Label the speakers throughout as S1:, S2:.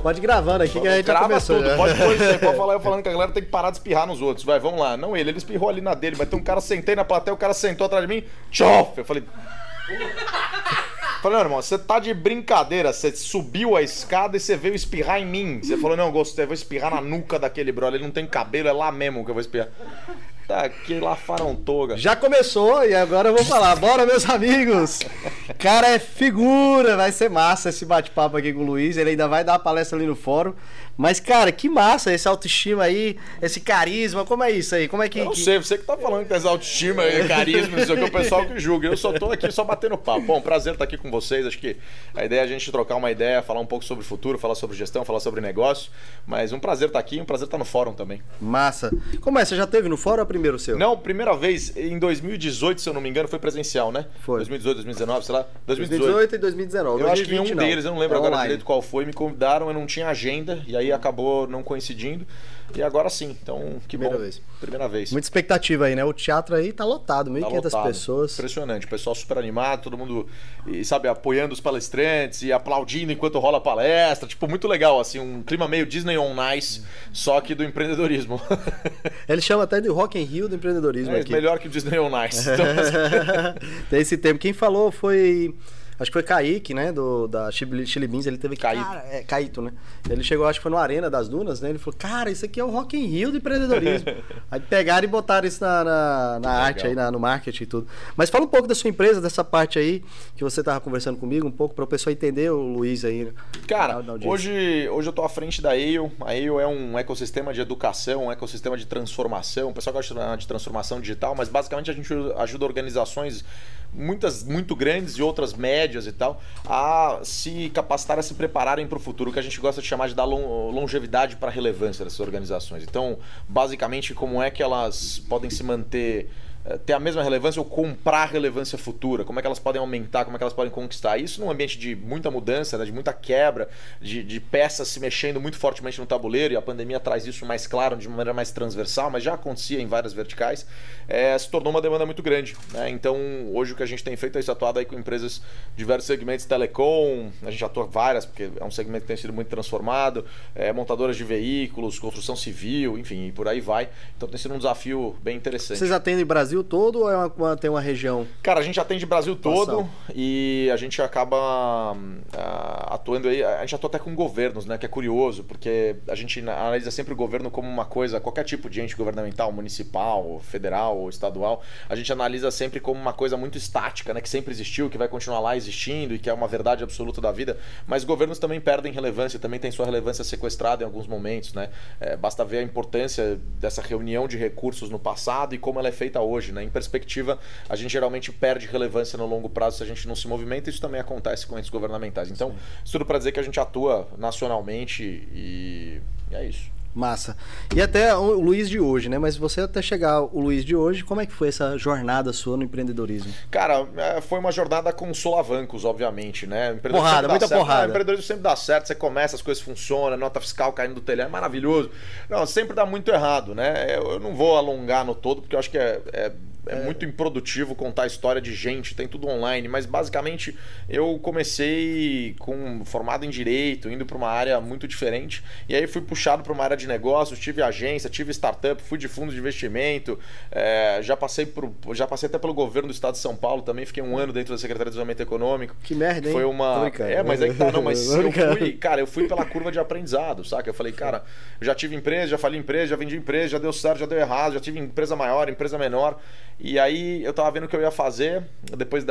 S1: Pode ir gravando aqui que a gente já começou.
S2: Tudo. Pode falar eu falando que a galera tem que parar de espirrar nos outros. Vai, vamos lá. Não ele espirrou ali na dele, mas tem um cara, sentei na plateia, o cara sentou atrás de mim, tchof! Eu falei... Falei, não, irmão, você tá de brincadeira, você subiu a escada e você veio espirrar em mim. Você falou, não, gostei, eu vou espirrar na nuca daquele brother, ele não tem cabelo, é lá mesmo que eu vou espirrar. Tá aqui, lá farontoga.
S1: Já começou e agora eu vou falar. Bora, meus amigos! Cara, é figura, vai ser massa esse bate-papo aqui com o Luiz, ele ainda vai dar a palestra ali no fórum. Mas, cara, que massa esse autoestima aí, esse carisma, como é isso aí? Como é que...
S2: Eu não sei, você que tá falando que tem essa autoestima, carisma, não sei o que, o pessoal que julga. Eu só tô aqui só batendo papo. Bom, prazer estar aqui com vocês, acho que a ideia é a gente trocar uma ideia, falar um pouco sobre o futuro, falar sobre gestão, falar sobre negócio, mas um prazer estar aqui, um prazer estar no fórum também.
S1: Massa. Como é, você já teve no fórum ou é o primeiro seu?
S2: Não, primeira vez, em 2018, se eu não me engano, foi presencial, né?
S1: Foi.
S2: 2018, 2019, sei lá.
S1: 2018 e 2019.
S2: Eu acho que em um deles, eu não lembro agora
S1: online.
S2: direito qual foi, me convidaram, eu não tinha agenda, e aí acabou não coincidindo. E agora sim, então que
S1: Primeira
S2: bom.
S1: vez.
S2: Primeira vez.
S1: Muita expectativa aí, né? O teatro aí tá lotado, 1.500 pessoas.
S2: Impressionante, o pessoal super animado, todo mundo, e, sabe, apoiando os palestrantes e aplaudindo enquanto rola a palestra. Tipo, muito legal, assim, um clima meio Disney on Ice, só que do empreendedorismo.
S1: Ele chama até de Rock in Rio do empreendedorismo aqui.
S2: Melhor que o Disney on Ice. Então,
S1: tem esse tempo. Quem falou foi... Acho que foi Kaique, né? Da Chili Beans, ele teve que... Caíto, né? Ele chegou, acho que foi no Arena das Dunas, né? Ele falou, cara, isso aqui é o Rock in Rio do empreendedorismo. Aí pegaram e botaram isso na arte aí, no marketing e tudo. Mas fala um pouco da sua empresa, dessa parte aí, que você tava conversando comigo, um pouco para o pessoal entender o Luiz aí.
S2: Cara, hoje eu tô à frente da AIO. A AIO é um ecossistema de educação, um ecossistema de transformação. O pessoal gosta de transformação digital, mas basicamente a gente ajuda organizações muitas muito grandes e outras médias e tal, a se capacitar, a se prepararem para o futuro, que a gente gosta de chamar de dar longevidade para a relevância dessas organizações. Então, basicamente, como é que elas podem se manter, ter a mesma relevância ou comprar relevância futura, como é que elas podem aumentar, como é que elas podem conquistar. Isso num ambiente de muita mudança, né, de muita quebra, de peças se mexendo muito fortemente no tabuleiro, e a pandemia traz isso mais claro, de uma maneira mais transversal, mas já acontecia em várias verticais, se tornou uma demanda muito grande, né? Então, hoje o que a gente tem feito é isso, atuado aí com empresas de diversos segmentos, telecom, a gente atua várias, porque é um segmento que tem sido muito transformado, montadoras de veículos, construção civil, enfim, e por aí vai. Então tem sido um desafio bem interessante.
S1: Vocês atendem Brasil todo ou tem uma região?
S2: Cara, a gente atende Brasil todo e a gente acaba atuando aí, a gente atua até com governos, né, que é curioso, porque a gente analisa sempre o governo como uma coisa, qualquer tipo de ente governamental, municipal, federal ou estadual, a gente analisa sempre como uma coisa muito estática, né, que sempre existiu, que vai continuar lá existindo e que é uma verdade absoluta da vida, mas governos também perdem relevância, também tem sua relevância sequestrada em alguns momentos, né? Basta ver a importância dessa reunião de recursos no passado e como ela é feita hoje, né? Em perspectiva, a gente geralmente perde relevância no longo prazo se a gente não se movimenta, e isso também acontece com entes governamentais. Então, isso tudo para dizer que a gente atua nacionalmente e é isso.
S1: Massa. E até o Luiz de hoje, né? Mas você até chegar o Luiz de hoje, como é que foi essa jornada sua no empreendedorismo?
S2: Cara, foi uma jornada com solavancos, obviamente, né?
S1: Porrada, muita porrada.
S2: O empreendedorismo sempre dá certo, você começa, as coisas funcionam, nota fiscal caindo do telhado, é maravilhoso. Não, sempre dá muito errado, né? Eu não vou alongar no todo, porque eu acho que é muito improdutivo contar a história de gente, tem tudo online, mas basicamente eu comecei formado em Direito, indo para uma área muito diferente, e aí fui puxado para uma área de negócios, tive agência, tive startup, fui de fundo de investimento, já passei até pelo governo do estado de São Paulo, também fiquei um ano dentro da Secretaria de Desenvolvimento Econômico.
S1: Que merda, hein?
S2: Foi uma... mas é que tá, não, mas eu fui pela curva de aprendizado, saca? Eu falei, cara, eu já tive empresa, já falei empresa, já vendi empresa, já deu certo, já deu errado, já tive empresa maior, empresa menor. E aí eu tava vendo o que eu ia fazer depois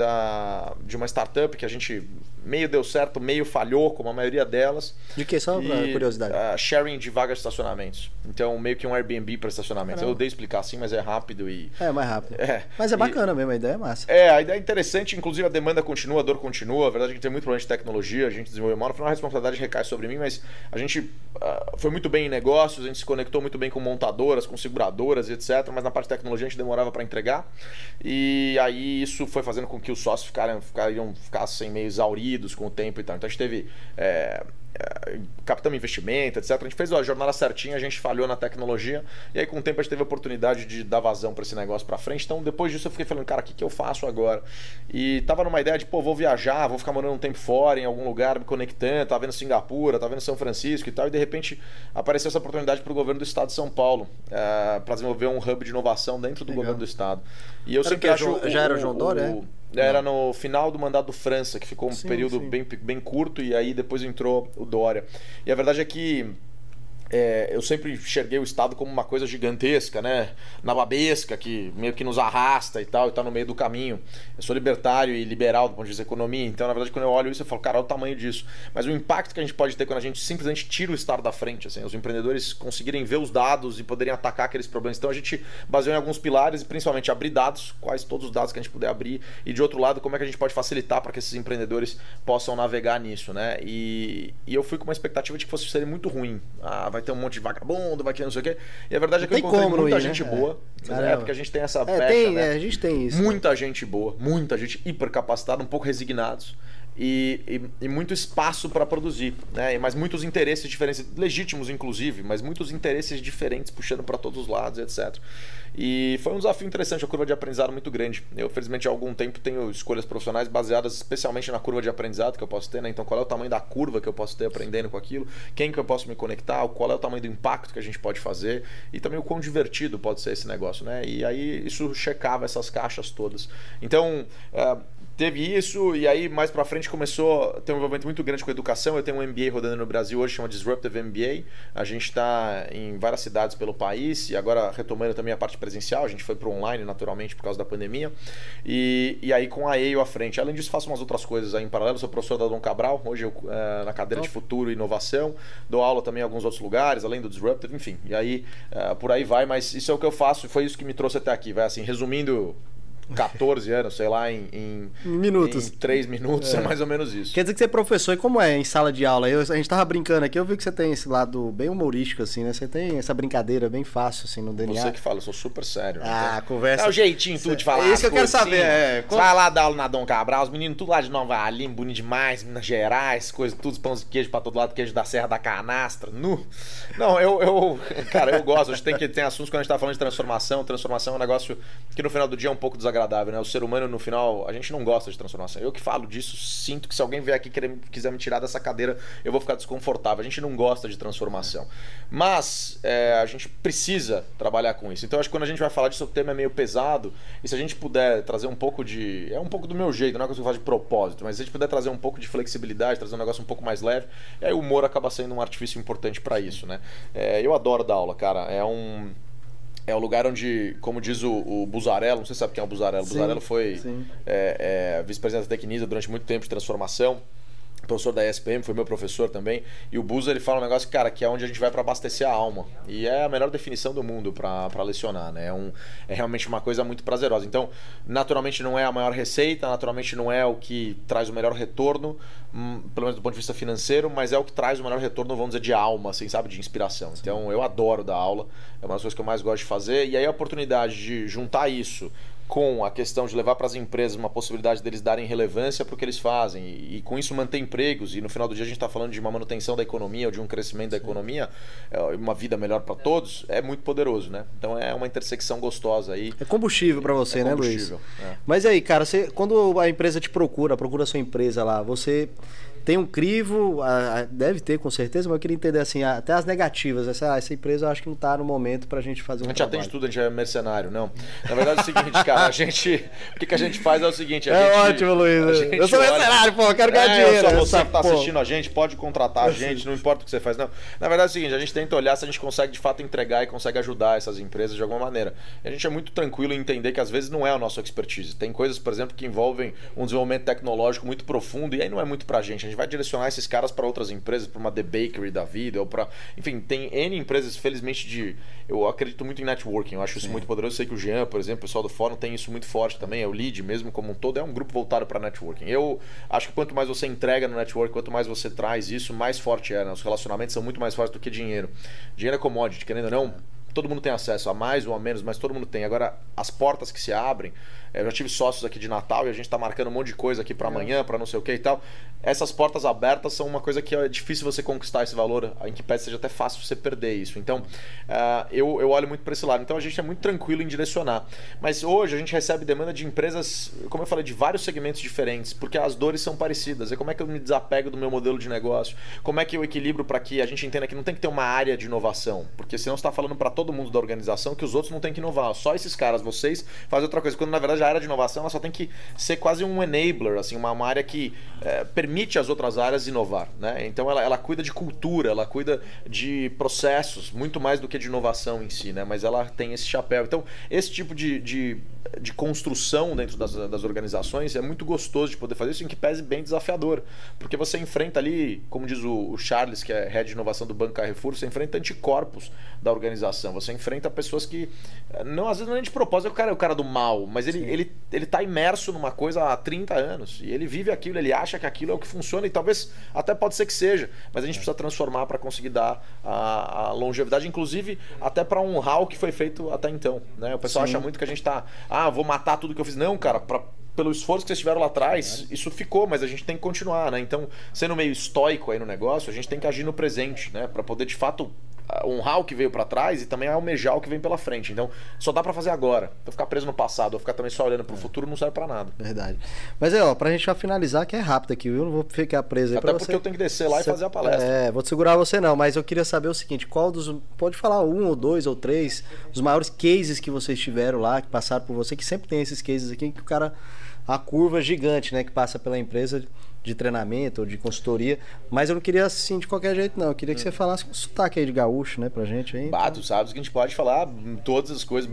S2: de uma startup que a gente meio deu certo, meio falhou, como a maioria delas.
S1: De que? Só pra curiosidade.
S2: Sharing de vagas de estacionamentos. Então, meio que um Airbnb para estacionamentos.
S1: Caramba.
S2: Eu odeio explicar assim, mas é rápido e...
S1: É, mais rápido. Mas é bacana mesmo, a ideia é massa.
S2: A ideia é interessante, inclusive a demanda continua, a dor continua. A verdade é que a gente tem muito problema de tecnologia, a gente desenvolveu mal. No final, a responsabilidade recai sobre mim, mas a gente foi muito bem em negócios, a gente se conectou muito bem com montadoras, com seguradoras e etc. Mas na parte de tecnologia a gente demorava para entregar. E aí isso foi fazendo com que os sócios ficassem meio exauridos com o tempo e tal. Então a gente teve captamos investimento, etc. A gente fez a jornada certinha, a gente falhou na tecnologia, e aí com o tempo a gente teve a oportunidade de dar vazão para esse negócio para frente. Então depois disso eu fiquei falando, cara, o que eu faço agora? E tava numa ideia de, pô, vou viajar, vou ficar morando um tempo fora, em algum lugar, me conectando, tava vendo Singapura, tava vendo São Francisco e tal, e de repente apareceu essa oportunidade para o governo do estado de São Paulo, para desenvolver um hub de inovação dentro do governo do estado. E eu sempre acho...
S1: Já era o João Dória,
S2: Era no final do mandato do França, que ficou um período bem curto, e aí depois entrou o Dória. E a verdade é que eu sempre enxerguei o Estado como uma coisa gigantesca, né? Nababesca, que meio que nos arrasta e tal, e tá no meio do caminho. Eu sou libertário e liberal do ponto de vista da economia, então na verdade quando eu olho isso eu falo, cara, olha o tamanho disso. Mas o impacto que a gente pode ter quando a gente simplesmente tira o Estado da frente, assim, os empreendedores conseguirem ver os dados e poderem atacar aqueles problemas. Então a gente baseou em alguns pilares e principalmente abrir dados, quais todos os dados que a gente puder abrir, e de outro lado, como é que a gente pode facilitar para que esses empreendedores possam navegar nisso, né? E eu fui com uma expectativa de que fosse ser muito ruim. Vai ter um monte de vagabundo, vai ter não sei o quê. E a verdade é que eu encontrei muita gente boa. Porque a gente tem essa pecha, né?
S1: A gente tem isso.
S2: Muita gente boa, muita gente hiper capacitada, um pouco resignados. E muito espaço para produzir, né? Mas muitos interesses diferentes, legítimos inclusive, mas muitos interesses diferentes puxando para todos os lados, etc. E foi um desafio interessante, a curva de aprendizado muito grande. Eu, felizmente, há algum tempo tenho escolhas profissionais baseadas especialmente na curva de aprendizado que eu posso ter, né? Então, qual é o tamanho da curva que eu posso ter aprendendo com aquilo, quem que eu posso me conectar, qual é o tamanho do impacto que a gente pode fazer e também o quão divertido pode ser esse negócio, né? E aí isso checava essas caixas todas. Então, teve isso, e aí mais pra frente começou a ter um envolvimento muito grande com a educação. Eu tenho um MBA rodando no Brasil hoje, chama Disruptive MBA. A gente está em várias cidades pelo país, e agora retomando também a parte presencial. A gente foi para online naturalmente por causa da pandemia. E aí com a EIO à frente. Além disso, faço umas outras coisas aí em paralelo. Sou professor da Dom Cabral, hoje eu na cadeira de Futuro e Inovação. Dou aula também em alguns outros lugares, além do Disruptive, enfim. E aí por aí vai, mas isso é o que eu faço e foi isso que me trouxe até aqui. Vai assim, resumindo... 14 anos, sei lá, em
S1: minutos.
S2: Em 3 minutos, é mais ou menos isso.
S1: Quer dizer que você é professor, e como é em sala de aula? A gente tava brincando aqui, eu vi que você tem esse lado bem humorístico, assim, né? Você tem essa brincadeira bem fácil, assim, no DNA.
S2: Você que fala, eu sou super sério.
S1: Conversa...
S2: É o jeitinho tudo de falar.
S1: É isso que eu quero saber.
S2: Você vai lá dar aula na Dom Cabral, os meninos tudo lá de Nova Lima, bonito demais, Minas Gerais, coisas, tudo, pães de queijo pra todo lado, queijo da Serra da Canastra, nu. Não, cara, eu gosto, a gente tem que ter assuntos quando a gente tá falando de transformação. Transformação é um negócio que no final do dia é um pouco desagradável, né? O ser humano, no final, a gente não gosta de transformação. Eu que falo disso, sinto que se alguém vier aqui quiser me tirar dessa cadeira, eu vou ficar desconfortável. A gente não gosta de transformação. Mas a gente precisa trabalhar com isso. Então, acho que quando a gente vai falar disso, o tema é meio pesado. E se a gente puder trazer um pouco de... É um pouco do meu jeito, não é que eu faço de propósito, mas se a gente puder trazer um pouco de flexibilidade, trazer um negócio um pouco mais leve, e aí o humor acaba sendo um artifício importante para isso, né? Eu adoro dar aula, cara. É o lugar onde, como diz o Buzzarello, não sei se sabe quem é o Buzzarello. O Buzzarello foi vice-presidente da Tecnisa durante muito tempo de transformação. Professor da ESPM, foi meu professor também. E o Buza, ele fala um negócio, cara, que é onde a gente vai para abastecer a alma. E é a melhor definição do mundo para lecionar, né? É realmente uma coisa muito prazerosa. Então, naturalmente não é a maior receita, naturalmente não é o que traz o melhor retorno, pelo menos do ponto de vista financeiro, mas é o que traz o melhor retorno, vamos dizer, de alma, assim, sabe? De inspiração. Então, eu adoro dar aula, é uma das coisas que eu mais gosto de fazer. E aí a oportunidade de juntar isso com a questão de levar para as empresas uma possibilidade deles darem relevância para o que eles fazem e com isso manter empregos, e no final do dia a gente está falando de uma manutenção da economia ou de um crescimento da economia, uma vida melhor para todos, é muito poderoso, né? Então é uma intersecção gostosa aí.
S1: É combustível para você, né, Luiz? Mas aí, cara, quando a empresa te procura a sua empresa lá, você... Tem um crivo, deve ter com certeza, mas eu queria entender assim, até as negativas. Essa empresa eu acho que não está no momento para a gente fazer um trabalho.
S2: A gente atende tudo, a gente é mercenário, não. Na verdade é o seguinte, cara, o que a gente faz é o seguinte...
S1: Ótimo, Luiz. Eu sou mercenário, pô, eu quero ganhar dinheiro.
S2: Você que está assistindo a gente, pode contratar a gente, não importa o que você faz, não. Na verdade é o seguinte, a gente tenta olhar se a gente consegue de fato entregar e consegue ajudar essas empresas de alguma maneira. E a gente é muito tranquilo em entender que às vezes não é a nossa expertise. Tem coisas, por exemplo, que envolvem um desenvolvimento tecnológico muito profundo e aí não é muito pra gente. A gente vai direcionar esses caras para outras empresas, para uma The Bakery da vida, ou para... Enfim, tem N empresas, felizmente, eu acredito muito em networking, eu acho isso muito poderoso. Eu sei que o Jean, por exemplo, o pessoal do fórum tem isso muito forte também, o Lead mesmo como um todo, é um grupo voltado para networking. Eu acho que quanto mais você entrega no network, quanto mais você traz isso, mais forte é, né? Os relacionamentos são muito mais fortes do que dinheiro. Dinheiro é commodity, querendo ou não, todo mundo tem acesso, a mais ou a menos, mas todo mundo tem. Agora, as portas que se abrem, eu já tive sócios aqui de Natal e a gente tá marcando um monte de coisa aqui para amanhã, para não sei o que e tal. Essas portas abertas são uma coisa que é difícil você conquistar esse valor, em que pese seja até fácil você perder isso. Então, eu olho muito para esse lado. Então, a gente é muito tranquilo em direcionar. Mas hoje a gente recebe demanda de empresas, como eu falei, de vários segmentos diferentes, porque as dores são parecidas. É como é que eu me desapego do meu modelo de negócio? Como é que eu equilibro para que a gente entenda que não tem que ter uma área de inovação? Porque senão você está falando para todo mundo da organização que os outros não têm que inovar. Só esses caras, vocês, fazem outra coisa. Quando na verdade a área de inovação ela só tem que ser quase um enabler, assim, uma área que permite as outras áreas inovar, né? Então ela cuida de cultura, ela cuida de processos, muito mais do que de inovação em si, né? Mas ela tem esse chapéu. Então, esse tipo de construção dentro das organizações é muito gostoso de poder fazer isso, em que pese bem desafiador. Porque você enfrenta ali, como diz o Charles, que é head de inovação do Banco Carrefour, você enfrenta anticorpos da organização. Você enfrenta pessoas que, não, às vezes não é de propósito, é o cara do mal, mas ele tá imerso numa coisa há 30 anos. E ele vive aquilo, ele acha que aquilo é o que funciona, e talvez até pode ser que seja, mas a gente precisa transformar para conseguir dar a longevidade, inclusive até para honrar o que foi feito até então, né? O pessoal acha muito que a gente tá, vou matar tudo que eu fiz. Não, cara, pelo esforço que vocês tiveram lá atrás, isso ficou, mas a gente tem que continuar, né? Então, sendo meio estoico aí no negócio, a gente tem que agir no presente, né? Para poder de fato honrar o que veio para trás e também almejar o que vem pela frente. Então, só dá para fazer agora. Então, ficar preso no passado ou ficar também só olhando pro futuro não serve para nada.
S1: Verdade. Mas pra gente já finalizar, que é rápido aqui, eu não vou ficar preso aí.
S2: Até porque eu tenho que descer lá e fazer a palestra.
S1: Vou te segurar você não, mas eu queria saber o seguinte, pode falar um ou dois ou três, os maiores cases que vocês tiveram lá, que passaram por você, que sempre tem esses cases aqui, que a curva gigante, né, que passa pela empresa de treinamento ou de consultoria, mas eu não queria assim de qualquer jeito não, eu queria que você falasse com sotaque aí de gaúcho, né, pra gente aí.
S2: Tu sabes que a gente pode falar todas as coisas,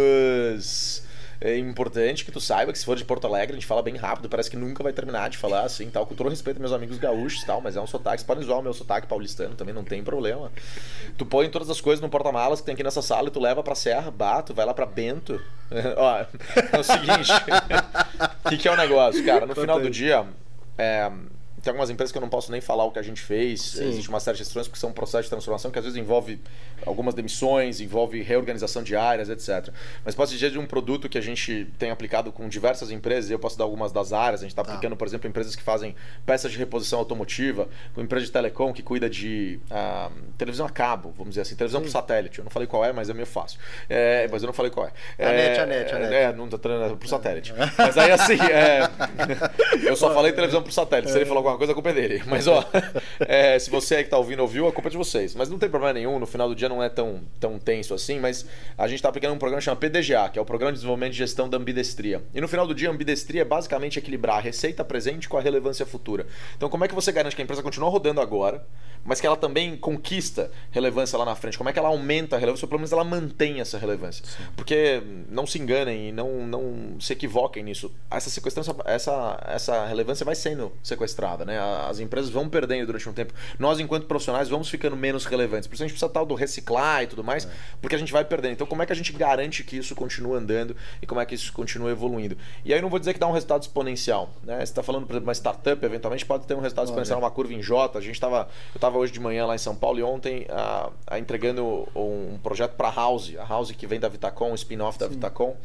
S2: mas é importante que tu saiba que se for de Porto Alegre a gente fala bem rápido, parece que nunca vai terminar de falar assim, tal, com todo respeito aos meus amigos gaúchos e tal, mas é um sotaque, você pode usar o meu sotaque paulistano também, não tem problema. Tu põe todas as coisas no porta-malas que tem aqui nessa sala e tu leva pra Serra, tu vai lá pra Bento. Ó, é o seguinte, o que é o negócio, cara, no final do dia, tem algumas empresas que eu não posso nem falar o que a gente fez. Sim. Existe uma série de restrições porque são um processo de transformação que às vezes envolve algumas demissões, envolve reorganização de áreas, etc. Mas posso dizer de um produto que a gente tem aplicado com diversas empresas, e eu posso dar algumas das áreas. A gente está aplicando, por exemplo, empresas que fazem peças de reposição automotiva, com empresa de telecom que cuida de televisão a cabo, vamos dizer assim, televisão por satélite. Eu não falei qual é, mas é meio fácil. Mas eu não falei qual é.
S1: A net.
S2: Não tá por satélite. Mas aí assim, eu só falei televisão por satélite. Se ele falou alguma coisa, a culpa é dele. Mas se você aí que tá ouvindo ouviu, a culpa é de vocês. Mas não tem problema nenhum, no final do dia não é tão tenso assim, mas a gente tá aplicando um programa chamado PDGA, que é o Programa de Desenvolvimento e Gestão da Ambidestria. E no final do dia, a ambidestria é basicamente equilibrar a receita presente com a relevância futura. Então, como é que você garante que a empresa continua rodando agora, mas que ela também conquista relevância lá na frente? Como é que ela aumenta a relevância, ou pelo menos ela mantém essa relevância? Sim. Porque não se enganem e não se equivoquem nisso. Essa relevância vai sendo sequestrada, né? As empresas vão perdendo durante um tempo. Nós, enquanto profissionais, vamos ficando menos relevantes. Por isso a gente precisa tal do reciclar e tudo mais, porque a gente vai perdendo. Então, como é que a gente garante que isso continue andando e como é que isso continue evoluindo? E aí eu não vou dizer que dá um resultado exponencial, né? Você está falando, por exemplo, uma startup, eventualmente pode ter um resultado exponencial, uma curva em J. Eu estava hoje de manhã lá em São Paulo e ontem entregando um projeto para a House que vem da Vitacom, um spin-off da Vitacom.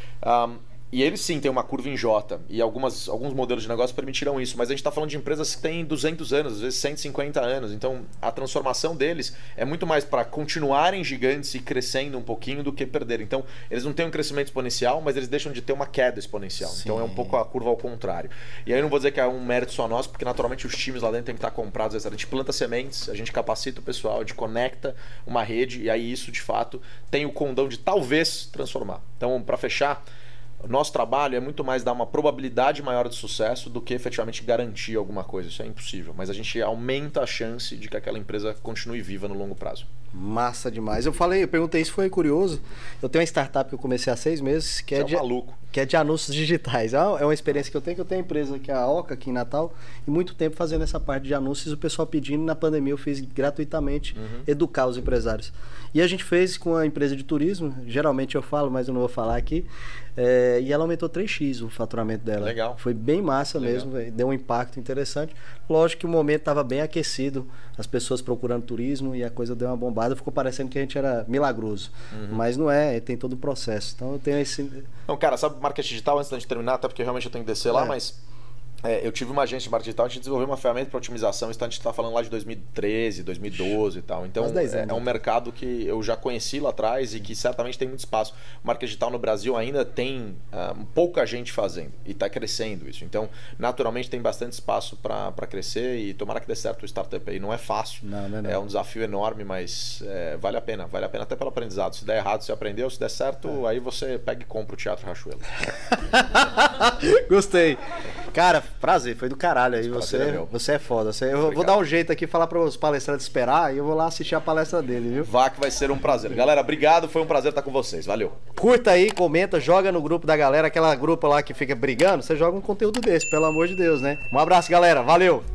S2: E eles sim têm uma curva em J, e alguns modelos de negócio permitiram isso, mas a gente está falando de empresas que têm 200 anos, às vezes 150 anos, então a transformação deles é muito mais para continuarem gigantes e crescendo um pouquinho do que perder. Então eles não têm um crescimento exponencial, mas eles deixam de ter uma queda exponencial. Sim. Então é um pouco a curva ao contrário. E aí eu não vou dizer que é um mérito só nosso, porque naturalmente os times lá dentro têm que estar comprados, a gente planta sementes, a gente capacita o pessoal, a gente conecta uma rede, e aí isso de fato tem o condão de talvez transformar. Então, para fechar, o nosso trabalho é muito mais dar uma probabilidade maior de sucesso do que efetivamente garantir alguma coisa. Isso é impossível. Mas a gente aumenta a chance de que aquela empresa continue viva no longo prazo.
S1: Massa demais. Eu perguntei isso, foi curioso. Eu tenho uma startup que eu comecei há 6 meses, que é de anúncios digitais. É uma experiência que eu tenho uma empresa que é a Oca, aqui em Natal, e muito tempo fazendo essa parte de anúncios, o pessoal pedindo, na pandemia eu fiz gratuitamente, educar os empresários. E a gente fez com a empresa de turismo, geralmente eu falo, mas eu não vou falar aqui, e ela aumentou 3x o faturamento dela.
S2: Legal.
S1: Foi bem massa mesmo, deu um impacto interessante. Lógico que o momento estava bem aquecido, as pessoas procurando turismo e a coisa deu uma bombada. lado ficou parecendo que a gente era milagroso. Mas não é, tem todo o processo. Então eu tenho esse...
S2: Não, cara, sabe marketing digital, antes da gente terminar, até porque realmente eu tenho que descer lá, mas... eu tive uma agência de marketing digital, a gente desenvolveu uma ferramenta para otimização, isso a gente está falando lá de 2013, 2012 e tal. Então é um mercado que eu já conheci lá atrás e que certamente tem muito espaço. O marketing digital no Brasil ainda tem pouca gente fazendo e está crescendo isso. Então, naturalmente, tem bastante espaço para crescer e tomara que dê certo o startup aí. Não é fácil,
S1: não.
S2: É um desafio enorme, mas vale a pena até pelo aprendizado. Se der errado, você aprendeu, se der certo, aí você pega e compra o Teatro Riachuelo.
S1: Gostei. Cara, prazer, foi do caralho aí. Você é foda. Eu vou dar um jeito aqui, falar para os palestrantes esperar e eu vou lá assistir a palestra dele, viu?
S2: Vá que vai ser um prazer. Galera, obrigado, foi um prazer estar com vocês. Valeu.
S1: Curta aí, comenta, joga no grupo da galera, aquela grupo lá que fica brigando, você joga um conteúdo desse, pelo amor de Deus, né? Um abraço, galera. Valeu!